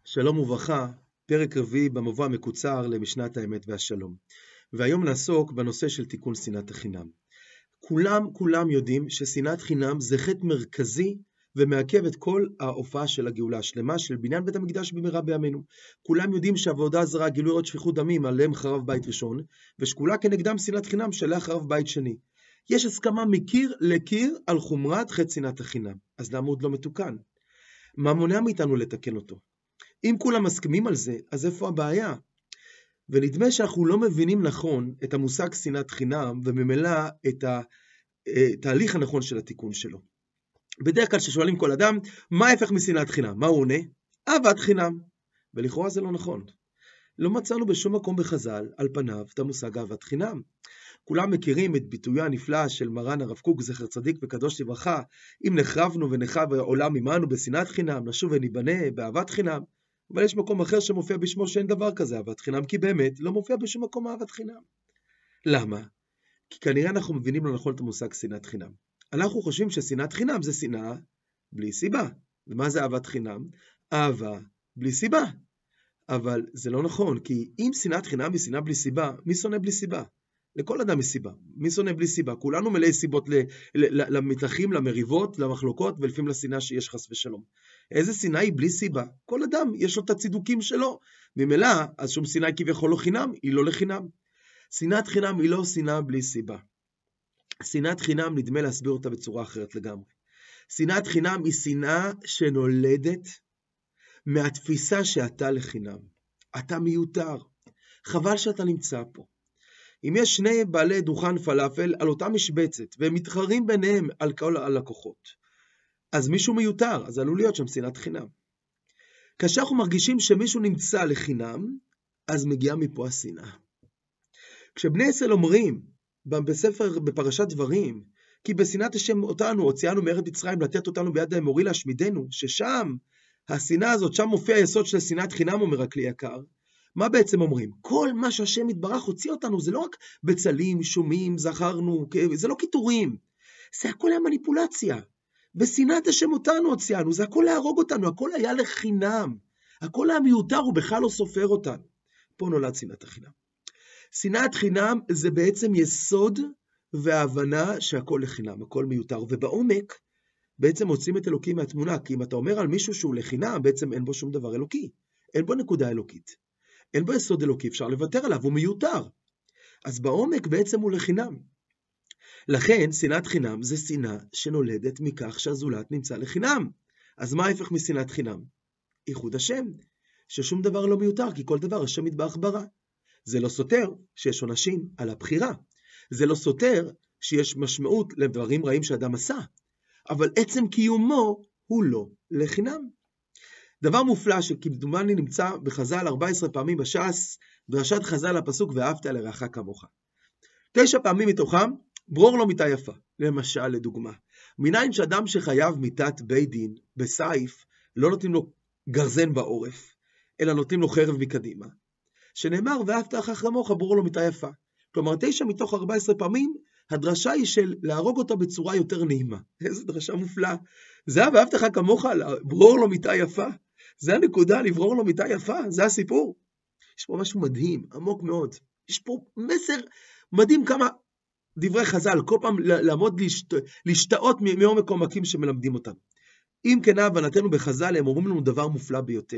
שלום וברכה, פרק רביעי במבוא המקוצר למשנת האמת והשלום. והיום נעסוק בנושא של תיקון שנאת החינם. כולם יודעים ששנאת חינם זה חטא מרכזי ומעכב את כל ההופעה של הגאולה השלמה של בניין בית המקדש במהרה בימינו. כולם יודעים שעבודה זרה, גילוי עריות, שפיכות דמים, עליהם חרב בית ראשון, ושקולה כנגדם שנאת חינם שעליה חרב בית שני. יש הסכמה מקיר לקיר על חומרת חטא שנאת החינם. אז למה עוד לא מתוקן? מה מונע מאיתנו לתקן אותו? אם כולם מסכימים על זה, אז איפה הבעיה? ונדמה שאנחנו לא מבינים נכון את המושג שנאת חינם, וממילא את התהליך הנכון של התיקון שלו. בדרך כלל ששואלים כל אדם, מה ההפך משנאת חינם? מה הוא עונה? אהבת חינם. ולכאורה זה לא נכון. לא מצאנו בשום מקום בחז"ל, על פניו, את המושג אהבת חינם. כולם מכירים את ביטויו הנפלא של מרן הרב קוק, זכר צדיק וקדוש לברכה, אם נחרבנו ונחרב העולם עמנו בשנאת חינם, נשוב וניבנה באהבת חינם. אבל יש מקום אחר שמופיע בשמו שאין דבר כזה אהבת חינם, כי באמת לא מופיע בשום מקום אהבת חינם. למה? כי כנראה אנחנו מבינים לא נכון את המושג שנאת חינם. אנחנו חושבים ששנאת חינם זה שנאה בלי סיבה. ומה זה אהבת חינם? אהבה בלי סיבה. אבל זה לא נכון, כי אם שנאת חינם היא שנאה בלי סיבה, מי שונא בלי סיבה? לכל אדם יש סיבה. מי שונא בלי סיבה? כולנו מלאי סיבות למתחים, למריבות, למחלוקות, ולפעמים לשנאה שיש חס ושלום. איזה שנאה היא בלי סיבה? כל אדם יש לו את הצידוקים שלו. ממילא, אז שום שנאה היא כביכול לא חינם, היא לא לחינם. שנאת חינם היא לא שנאה בלי סיבה. שנאת חינם נדמה להסביר אותה בצורה אחרת לגמרי. שנאת חינם היא שנאה שנולדת מהתפיסה שאתה לחינם. אתה מיותר. חבל שאתה נמצא פה. אם יש שני בעלי דוכן פלאפל על אותה משבצת, והם מתחרים ביניהם על כל הלקוחות, אז מישהו מיותר, אז עלול להיות שם שנאת חינם. כאשר אנחנו מרגישים שמישהו נמצא לחינם, אז מגיעה מפה השנאה. כשבני ישראל אומרים, בספר, בפרשת דברים, כי בשנאת השם אותנו, הוציאנו מארץ מצרים, לתת אותנו ביד האמורי להשמידנו, ששם, השנאה הזאת, שם מופיע היסוד של שנאת חינם, אומר הכלי יקר, מה בעצם אומרים? כל מה שהשם יתברך הוציא אותנו, זה לא רק בצלים, שומים, זכרנו, זה לא כיתורים, זה הכל היה מניפולציה. בשנאת השם אותנו הוציאנו, זה הכל להרוג אותנו, הכל היה לחינם, הכל היה מיותר, הוא בכלל לא סופר אותנו. פה נולד שנאת החינם. שנאת חינם זה בעצם יסוד וההבנה שהכל לחינם, הכל מיותר, ובעומק בעצם מוצאים את אלוקים מהתמונה, כי אם אתה אומר על מישהו שהוא לחינם, בעצם אין בו שום דבר אלוקי, אין בו נקודה אלוקית. אין בו יסוד אלוקי, אפשר לוותר עליו, הוא מיותר. אז בעומק בעצם הוא לחינם. לכן, שנאת חינם זה שנאה שנולדת מכך שהזולת נמצא לחינם. אז מה ההפך משנאת חינם? ייחוד השם, ששום דבר לא מיותר, כי כל דבר השם יתברך ברא. זה לא סותר שיש עונשים על הבחירה. זה לא סותר שיש משמעות לדברים רעים שאדם עשה. אבל עצם קיומו הוא לא לחינם. דבר מופלא שכמדומני נמצא בחז"ל 14 פעמים בש"ס, דרשת חז"ל הפסוק ואהבת לרעך כמוך. 9 פעמים מתוכם, ברור לו מיתה יפה. למשל, לדוגמה, מניין שאדם שחייב מיתת בית דין בסייף, לא נותנים לו גרזן בעורף, אלא נותנים לו חרב מקדימה. שנאמר, ואהבת לרעך כמוך, ברור לו מיתה יפה. כלומר, 9 מתוך 14 פעמים, הדרשה היא של להרוג אותו בצורה יותר נעימה. איזו דרשה מופלאה. זה ואהבת לרעך כמוך, ברור לו מיתה יפה. זה הנקודה, לברור לו מיתה יפה, זה הסיפור. יש פה משהו מדהים, עמוק מאוד. יש פה מסר מדהים כמה דברי חז"ל, כל פעם לעמוד להשתאות מעומק עומקים שמלמדים אותם. אם כן הבנתנו בחז"ל, הם אומרים לנו דבר מופלא ביותר.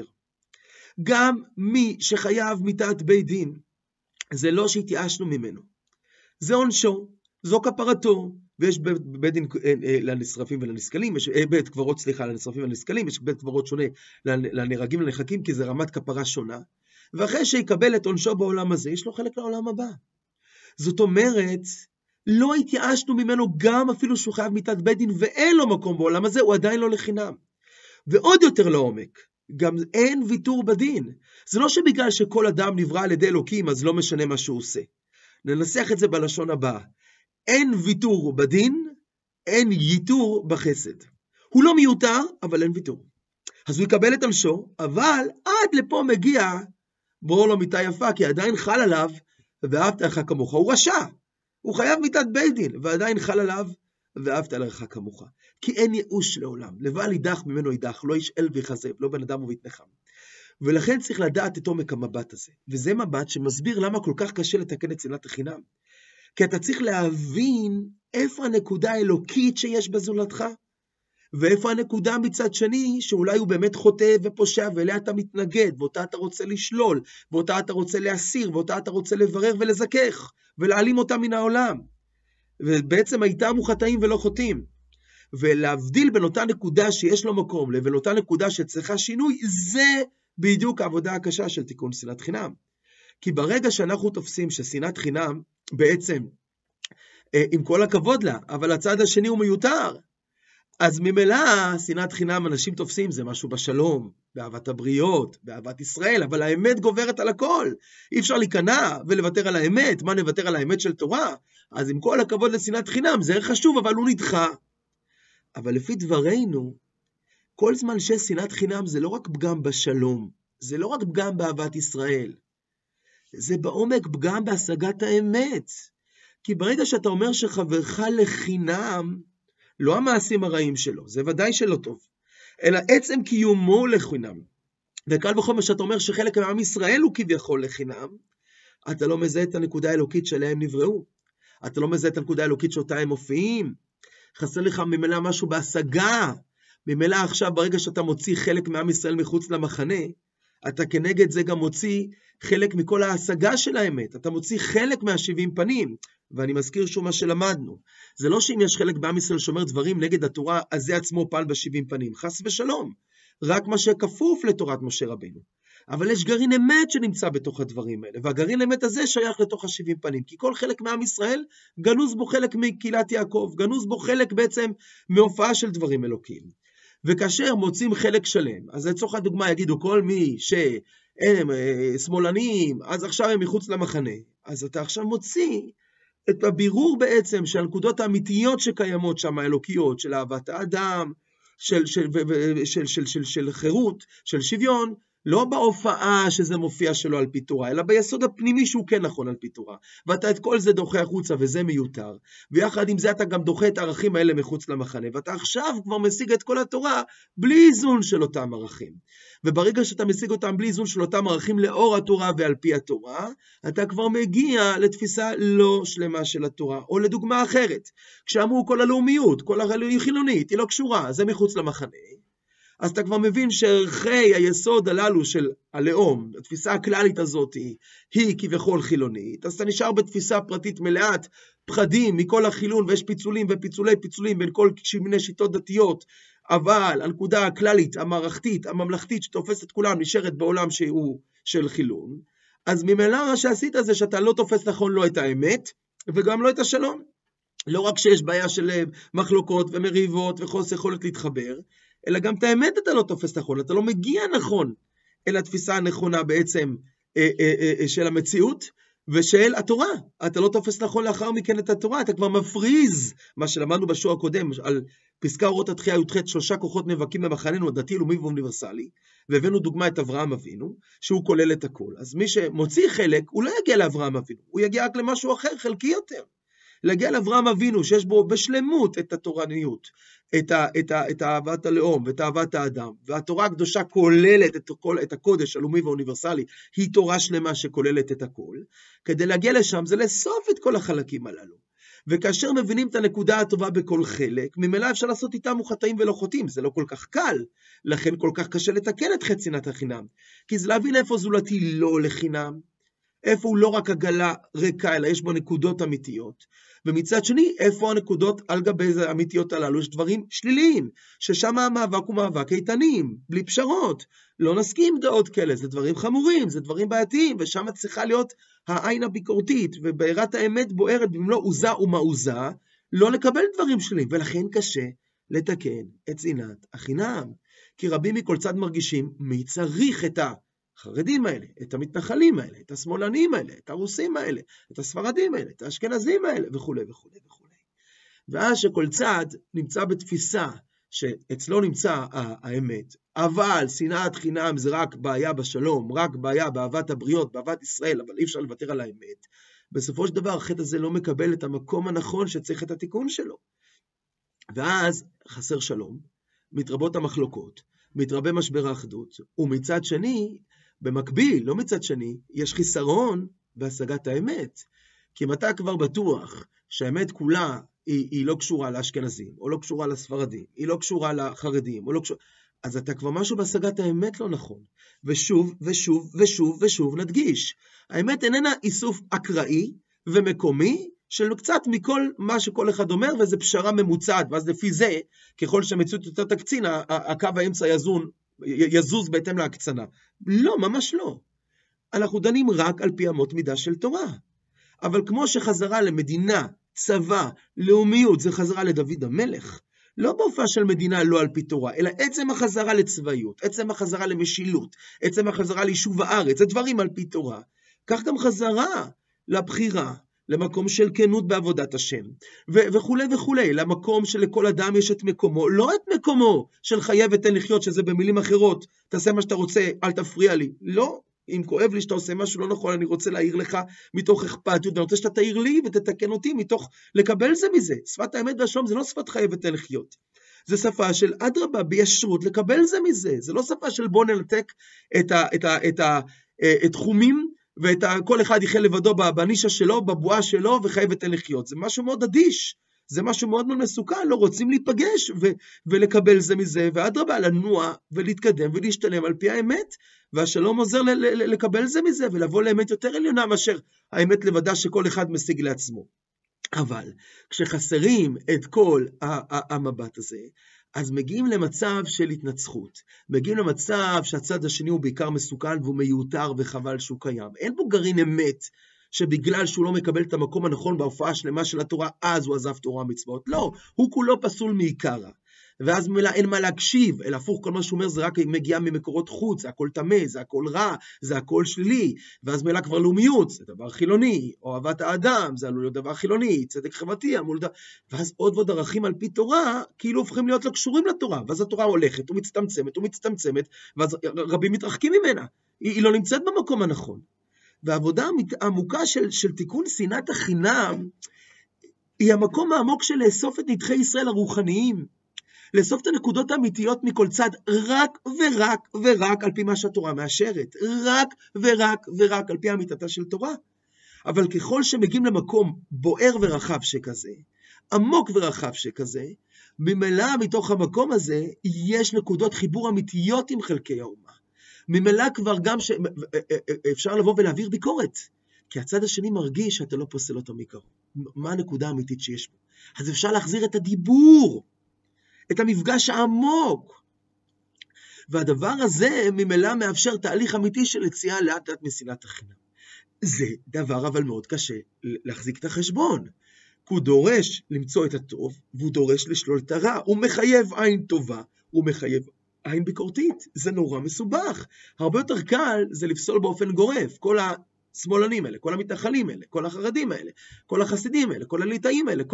גם מי שחייב מיתת בית דין, זה לא שהתייאשנו ממנו. זה עונשו, זו כפרתו, ויש בית דין לנשרפים ולנסכלים, יש בית קברות, לנשרפים ולנסכלים, יש בית קברות שונה לנהרגים ולנחקים, כי זה רמת כפרה שונה, ואחרי שיקבל את עונשו בעולם הזה, יש לו חלק לעולם הבא. זאת אומרת, לא התייאשנו ממנו גם אפילו שהוא חייב מיתת בית דין, ואין לו מקום בעולם הזה, הוא עדיין לא לחינם. ועוד יותר לעומק, גם אין ויתור בדין. זה לא שבגלל שכל אדם נברא על ידי אלוקים, אז לא משנה מה שהוא עושה. ננסח את זה בלשון הבאה. אין ויתור בדין, אין ייתור בחסד. הוא לא מיותר, אבל אין ויתור. אז הוא יקבל את עונשו, אבל עד לפה מגיע, ברור לו מיתה יפה, כי עדיין חל עליו, ואהבת לרעך כמוך. הוא רשע, הוא חייב מיתת בית דין, ועדיין חל עליו, ואהבת לרעך כמוך. כי אין ייאוש לעולם, לבל יידח ממנו יידח, לא ישאל ויכזב, לא בן אדם וביתנחם. ולכן צריך לדעת את עומק המבט הזה. וזה מבט שמסביר למה כל כך קשה לתקן את שנאת החינם. כי אתה צריך להבין איפה הנקודה האלוקית שיש בזולתך, ואיפה הנקודה מצד שני, שאולי הוא באמת חוטא ופושע, ואליה אתה מתנגד, ואותה אתה רוצה לשלול, ואותה אתה רוצה להסיר, ואותה אתה רוצה לברר ולזכך, ולהעלים אותה מן העולם. ובעצם הייתם חטאים ולא חוטאים. ולהבדיל בין אותה נקודה שיש לו מקום, לבין אותה נקודה שצריכה שינוי, זה בדיוק העבודה הקשה של תיקון שנאת חינם. כי ברגע שאנחנו תופסים ששנאת חינם, בעצם, עם כל הכבוד לה, אבל הצד השני הוא מיותר, אז ממילא שנאת חינם אנשים תופסים, זה משהו בשלום, באהבת הבריות, באהבת ישראל, אבל האמת גוברת על הכל. אי אפשר להיכנע ולוותר על האמת. מה נוותר על האמת של תורה? אז עם כל הכבוד לשנאת חינם, זה חשוב, אבל הוא נדחה. אבל לפי דברינו, כל זמן ששנאת חינם זה לא רק פגם בשלום, זה לא רק פגם באהבת ישראל, זה בעומק פגם בהשגת האמת. כי ברגע שאתה אומר שחברך לחינם, לא המעשים הרעים שלו, זה ודאי שלא טוב, אלא עצם קיומו לחינם. וקל וחומר שאתה אומר שחלק מעם ישראל הוא כביכול לחינם, אתה לא מזהה את הנקודה האלוקית שעליה הם נבראו. אתה לא מזהה את הנקודה האלוקית שאותה הם מופיעים. חסר לך ממילא משהו בהשגה. ממילא עכשיו ברגע שאתה מוציא חלק מעם ישראל מחוץ למחנה, אתה כנגד זה גם מוציא חלק מכל ההשגה של האמת. אתה מוציא חלק מה70 פנים. ואני מזכיר שוב מה שלמדנו. זה לא שאם יש חלק בעם ישראל שאומר דברים נגד התורה, אז זה עצמו פעל ב70 פנים. חס ושלום. רק מה שכפוף לתורת משה רבינו. אבל יש גרעין אמת שנמצא בתוך הדברים האלה, והגרעין אמת הזה שייך לתוך ה70 פנים, כי כל חלק מעם ישראל גנוז בו חלק מקהילת יעקב, גנוז בו חלק בעצם מהופעה של דברים אלוקיים. וכאשר מוצאים חלק שלם, אז לצורך הדוגמה יגידו כל מי שהם שמאלנים, אז עכשיו הם מחוץ למחנה, אז אתה עכשיו מוציא את הבירור בעצם של הנקודות האמיתיות שקיימות שם, האלוקיות, של אהבת האדם, של חירות, של שוויון, לא בהופעה שזה מופיע שלו על פי תורה, אלא ביסוד הפנימי שהוא כן נכון על פי תורה. ואתה את כל זה דוחה החוצה וזה מיותר. ויחד עם זה אתה גם דוחה את הערכים האלה מחוץ למחנה. ואתה עכשיו כבר משיג את כל התורה בלי איזון של אותם ערכים. וברגע שאתה משיג אותם בלי איזון של אותם ערכים לאור התורה ועל פי התורה, אתה כבר מגיע לתפיסה לא שלמה של התורה. או לדוגמה אחרת, כשאמרו כל הלאומיות, כל הלאומיות חילונית, היא לא קשורה, זה מחוץ למחנה. אז אתה כבר מבין שערכי היסוד הללו של הלאום, התפיסה הכללית הזאת היא כביכול חילונית, אז אתה נשאר בתפיסה פרטית מלאת פחדים מכל החילון, ויש פיצולים ופיצולי פיצולים בין כל מיני שיטות דתיות, אבל הנקודה הכללית, המערכתית, הממלכתית שתופסת את כולם נשארת בעולם שהוא של חילון, אז ממילא מה שעשית זה שאתה לא תופס נכון לא את האמת, וגם לא את השלום. לא רק שיש בעיה של מחלוקות ומריבות וחוסר יכולת להתחבר, אלא גם את האמת אתה לא תופס נכון, אתה לא מגיע נכון אל התפיסה הנכונה בעצם של המציאות ושל התורה. אתה לא תופס נכון לאחר מכן את התורה, אתה כבר מפריז, מה שלמדנו בשיעור הקודם, על פסקה אורות התחייה י"ח, 3 כוחות נאבקים במחננו, הדתי, לאומי ואוניברסלי, והבאנו דוגמה את אברהם אבינו, שהוא כולל את הכל. אז מי שמוציא חלק, הוא לא יגיע לאברהם אבינו, הוא יגיע רק למשהו אחר, חלקי יותר. להגיע לאברהם אבינו, שיש בו בשלמות את התורניות, את אהבת הלאום ואת אהבת האדם, והתורה הקדושה כוללת את הקודש הלאומי והאוניברסלי, היא תורה שלמה שכוללת את הכל, כדי להגיע לשם זה לסוף את כל החלקים הללו. וכאשר מבינים את הנקודה הטובה בכל חלק, ממילא אפשר לעשות איתם חטאים ולא חוטאים, זה לא כל כך קל, לכן כל כך קשה לתקן את חטא שנאת החינם, כי זה להבין איפה זולתי לא לחינם, איפה הוא לא רק עגלה ריקה, אלא יש בו נקודות אמיתיות, ומצד שני, איפה הנקודות על גבי האמיתיות הללו, יש דברים שליליים, ששם המאבק הוא מאבק איתנים, בלי פשרות, לא נסכים דעות כאלה, זה דברים חמורים, זה דברים בעייתיים, ושם צריכה להיות העין הביקורתית, ובעירת האמת בוערת במלוא עוזה ומעוזה, לא לקבל דברים שליליים, ולכן קשה לתקן את שנאת החינם, כי רבים מכל צד מרגישים מי צריך את החרדים האלה, את המתנחלים האלה, את השמאלנים האלה, את הרוסים האלה, את הספרדים האלה, את האשכנזים האלה, וכו' וכו' וכו'. ואז שכל צד נמצא בתפיסה שאצלו נמצא האמת, אבל שנאת חינם זה רק בעיה בשלום, רק בעיה באהבת הבריות, באהבת ישראל, אבל אי אפשר לוותר על האמת. בסופו של דבר החטא הזה לא מקבל את המקום הנכון שצריך את התיקון שלו. ואז חסר שלום, מתרבות המחלוקות, מתרבה משבר האחדות, ומצד שני, במקביל, לא מצד שני, יש חיסרון בהשגת האמת. כי אם אתה כבר בטוח שהאמת כולה היא לא קשורה לאשכנזים, או לא קשורה לספרדים, היא לא קשורה לחרדים, או לא קשורה... אז אתה כבר משהו בהשגת האמת לא נכון. ושוב ושוב ושוב ושוב נדגיש. האמת איננה איסוף אקראי ומקומי, של קצת מכל מה שכל אחד אומר, וזה פשרה ממוצעת, ואז לפי זה, ככל שהמציאות יותר תקצין, הקו האמצע יזוז בהתאם להקצנה. לא, ממש לא. אנחנו דנים רק על פי אמות מידה של תורה. אבל כמו שחזרה למדינה, צבא, לאומיות, זה חזרה לדוד המלך, לא בהופעה של מדינה לא על פי תורה, אלא עצם החזרה לצבאיות, עצם החזרה למשילות, עצם החזרה ליישוב הארץ, זה דברים על פי תורה. כך גם חזרה לבחירה, למקום של כנות בעבודת השם, וכו' וכו', למקום שלכל אדם יש את מקומו, לא את מקומו של חיה ותן לחיות, שזה במילים אחרות, תעשה מה שאתה רוצה, אל תפריע לי, לא. אם כואב לי שאתה עושה משהו לא נכון, אני רוצה להעיר לך מתוך אכפתיות, ואני רוצה שאתה תעיר לי ותתקן אותי מתוך לקבל זה מזה. שפת האמת והשלום זה לא שפת חיה ותן לחיות. זה שפה של אדרבה, בישרות, לקבל זה מזה. זה לא שפה של בוא ננתק את תחומים, וכל אחד יחיה לבדו בנישה שלו, בבועה שלו, וחיה ותן לחיות. זה משהו מאוד אדיש. זה משהו מאוד מאוד מסוכן, לא רוצים להיפגש ולקבל זה מזה, ואדרבה, לנוע ולהתקדם ולהשתלם על פי האמת, והשלום עוזר לקבל זה מזה, ולבוא לאמת יותר עליונה מאשר האמת לבדה שכל אחד משיג לעצמו. אבל כשחסרים את כל המבט הזה, אז מגיעים למצב של התנצחות, מגיעים למצב שהצד השני הוא בעיקר מסוכן והוא מיותר וחבל שהוא קיים. אין בו גרעין אמת, שבגלל שהוא לא מקבל את המקום הנכון בהופעה שלמה של התורה, אז הוא עזב תורה ומצוות. לא, הוא כולו פסול מעיקרה. ואז אין מה להקשיב, אלא הפוך, כל מה שהוא אומר זה רק מגיע ממקורות חוץ, זה הכל טמא, זה הכל רע, זה הכל שלילי, ואז מילה כבר לאומיות, זה דבר חילוני, או אהבת האדם, זה עלול להיות דבר חילוני, צדק חברתי, ואז עוד ועוד ערכים על פי תורה, כאילו הופכים להיות לא קשורים לתורה, ואז התורה הולכת ומצטמצמת, ואז רבים מתרחקים ממנה, היא לא נמצאת במקום הנכון. והעבודה העמוקה של תיקון שנאת החינם, היא המקום העמוק של לאסוף את נדחי ישראל הרוחניים, לאסוף את הנקודות האמיתיות מכל צד, רק ורק ורק על פי מה שהתורה מאשרת, רק ורק ורק על פי אמיתתה של תורה. אבל ככל שמגיעים למקום בוער ורחב שכזה, עמוק ורחב שכזה, ממילא מתוך המקום הזה יש נקודות חיבור אמיתיות עם חלקי האומה. ממילא כבר גם אפשר לבוא ולהעביר ביקורת, כי הצד השני מרגיש שאתה לא פוסל אותו מקרוב. מה הנקודה האמיתית שיש בו? אז אפשר להחזיר את הדיבור, את המפגש העמוק. והדבר הזה ממילא מאפשר תהליך אמיתי של יציאה לאט לאט משנאת החינם. זה דבר אבל מאוד קשה להחזיק את החשבון. כי הוא דורש למצוא את הטוב, והוא דורש לשלול את הרע. הוא מחייב עין טובה, הוא מחייב עין ביקורתית. זה נורא מסובך. הרבה יותר קל זה לפסול באופן גורף. כל השמאלנים האלה, כל המתנחלים האלה, כל החרדים האלה, כל החסידים האלה, כל הליטאים האלה,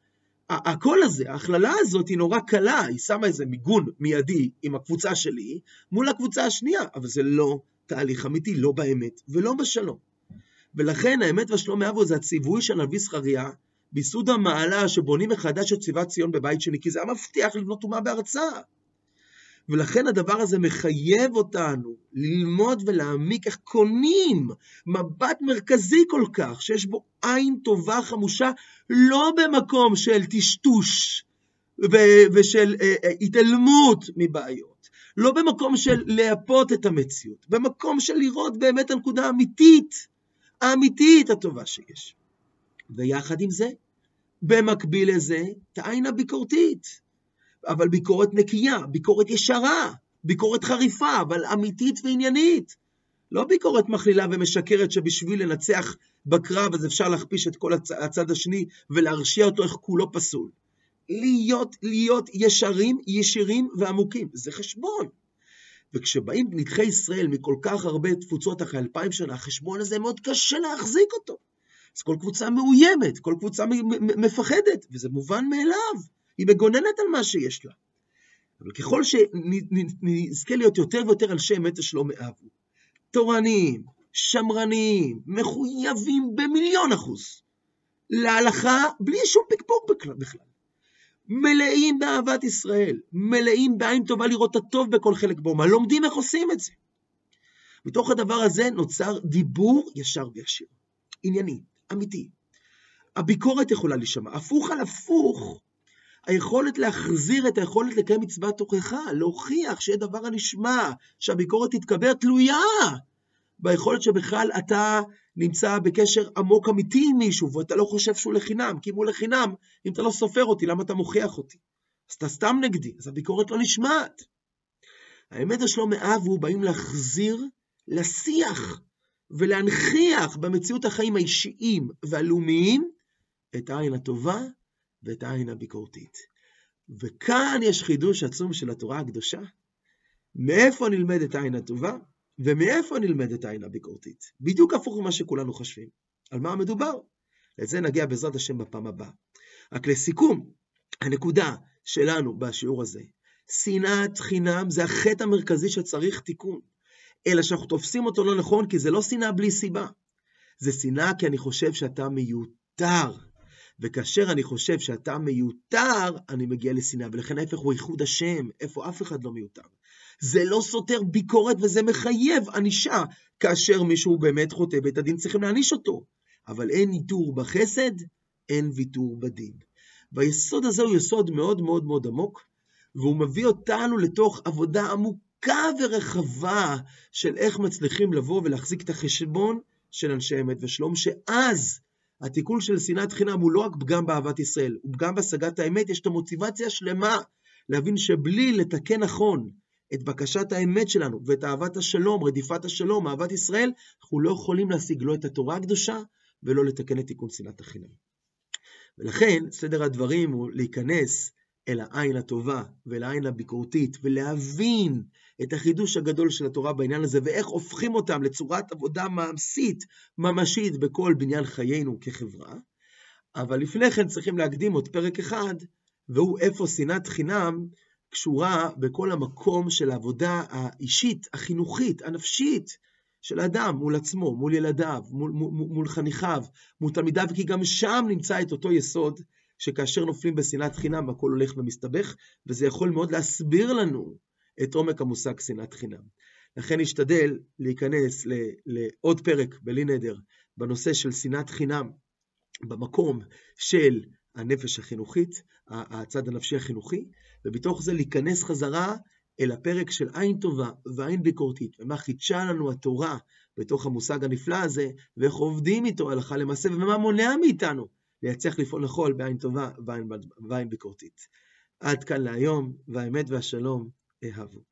הכל הזה, ההכללה הזאת היא נורא קלה, היא שמה איזה מיגון מיידי עם הקבוצה שלי, מול הקבוצה השנייה, אבל זה לא תהליך אמיתי, לא באמת ולא בשלום. ולכן האמת והשלום מאהבו זה הציווי של הנביא זכריה, ביסוד המעלה שבונים מחדש את שיבת ציון בבית שני, כי זה המבטיח לבנות אומה בארצה. ולכן הדבר הזה מחייב אותנו ללמוד ולהעמיק איך קונים מבט מרכזי כל כך, שיש בו עין טובה חמושה, לא במקום של טשטוש ושל התעלמות מבעיות, לא במקום של להפות את המציאות, במקום של לראות באמת הנקודה האמיתית הטובה שיש. ויחד עם זה, במקביל לזה, את העין הביקורתית. אבל ביקורת נקייה, ביקורת ישרה, ביקורת חריפה, אבל אמיתית ועניינית. לא ביקורת מכלילה ומשקרת שבשביל לנצח בקרב, אז אפשר להכפיש את כל הצד השני ולהרשיע אותו איך כולו פסול. להיות ישירים ועמוקים, זה חשבון. וכשבאים נדחי ישראל מכל כך הרבה תפוצות אחרי 2000 שנה, החשבון הזה מאוד קשה להחזיק אותו. אז כל קבוצה מאוימת, כל קבוצה מפחדת, וזה מובן מאליו. היא מגוננת על מה שיש לה. אבל ככל שנזכה להיות יותר ויותר אנשי אמת ושלום מאהבו, תורניים, שמרניים, מחויבים ב1,000,000% להלכה, בלי שום פקפוק בכלל. מלאים באהבת ישראל, מלאים בעין טובה לראות הטוב בכל חלק באומה, לומדים איך עושים את זה. מתוך הדבר הזה נוצר דיבור ישר וישיר, ענייני, אמיתי. הביקורת יכולה להישמע, הפוך על הפוך, היכולת להחזיר את היכולת לקיים מצוות תוכחה, להוכיח שיהיה דבר הנשמע, שהביקורת תתקבל תלויה ביכולת שבכלל אתה נמצא בקשר עמוק אמיתי עם מישהו, ואתה לא חושב שהוא לחינם, כי אם הוא לחינם, אם אתה לא סופר אותי, למה אתה מוכיח אותי? אז אתה סתם נגדי, אז הביקורת לא נשמעת. האמת השלום מאהבו באים להחזיר לשיח, ולהנכיח במציאות החיים האישיים והלאומיים, את העין הטובה ואת העין הביקורתית. וכאן יש חידוש עצום של התורה הקדושה. מאיפה נלמד את העין הטובה? ומאיפה נלמד את העין הביקורתית? בדיוק הפוך ממה שכולנו חושבים. על מה מדובר? לזה נגיע בעזרת השם בפעם הבאה. רק לסיכום, הנקודה שלנו בשיעור הזה, שנאת חינם זה החטא המרכזי שצריך תיקון. אלא שאנחנו תופסים אותו לא נכון, כי זה לא שנאה בלי סיבה. זה שנאה כי אני חושב שאתה מיותר. וכאשר אני חושב שאתה מיותר, אני מגיע לשנאה. ולכן ההפך הוא ייחוד השם, איפה אף אחד לא מיותר. זה לא סותר ביקורת וזה מחייב ענישה, כאשר מישהו באמת חוטא בית הדין צריכים להעניש אותו. אבל אין ויתור בחסד, אין ויתור בדין. והיסוד הזה הוא יסוד מאוד מאוד מאוד עמוק, והוא מביא אותנו לתוך עבודה עמוקה ורחבה של איך מצליחים לבוא ולהחזיק את החשבון של אנשי אמת ושלום, שאז התיקון של שנאת חינם הוא לא רק פגם באהבת ישראל, הוא פגם בהשגת האמת, יש את המוטיבציה שלמה להבין שבלי לתקן נכון את בקשת האמת שלנו ואת אהבת השלום, רדיפת השלום, אהבת ישראל, אנחנו לא יכולים להשיג לא את התורה הקדושה ולא לתקן את תיקון שנאת החינם. ולכן סדר הדברים הוא להיכנס אל העין הטובה ואל העין הביקורתית ולהבין את החידוש הגדול של התורה בעניין הזה ואיך הופכים אותם לצורת עבודה מעשית, ממשית בכל בניין חיינו כחברה. אבל לפני כן צריכים להקדים עוד פרק אחד, והוא איפה שנאת חינם קשורה בכל המקום של העבודה האישית, החינוכית, הנפשית של האדם מול עצמו, מול ילדיו, מול חניכיו, מול תלמידיו, כי גם שם נמצא את אותו יסוד שכאשר נופלים בשנאת חינם הכל הולך ומסתבך, וזה יכול מאוד להסביר לנו את עומק המושג שנאת חינם. לכן נשתדל להיכנס לעוד פרק בלי נדר בנושא של שנאת חינם, במקום של הנפש החינוכית, הצד הנפשי החינוכי, ובתוך זה להיכנס חזרה אל הפרק של עין טובה ועין ביקורתית, ומה חידשה לנו התורה בתוך המושג הנפלא הזה, ואיך עובדים איתו הלכה למעשה, ומה מונע מאיתנו להצליח לפעול נכון בעין טובה ועין ביקורתית. עד כאן להיום, והאמת והשלום אהבו.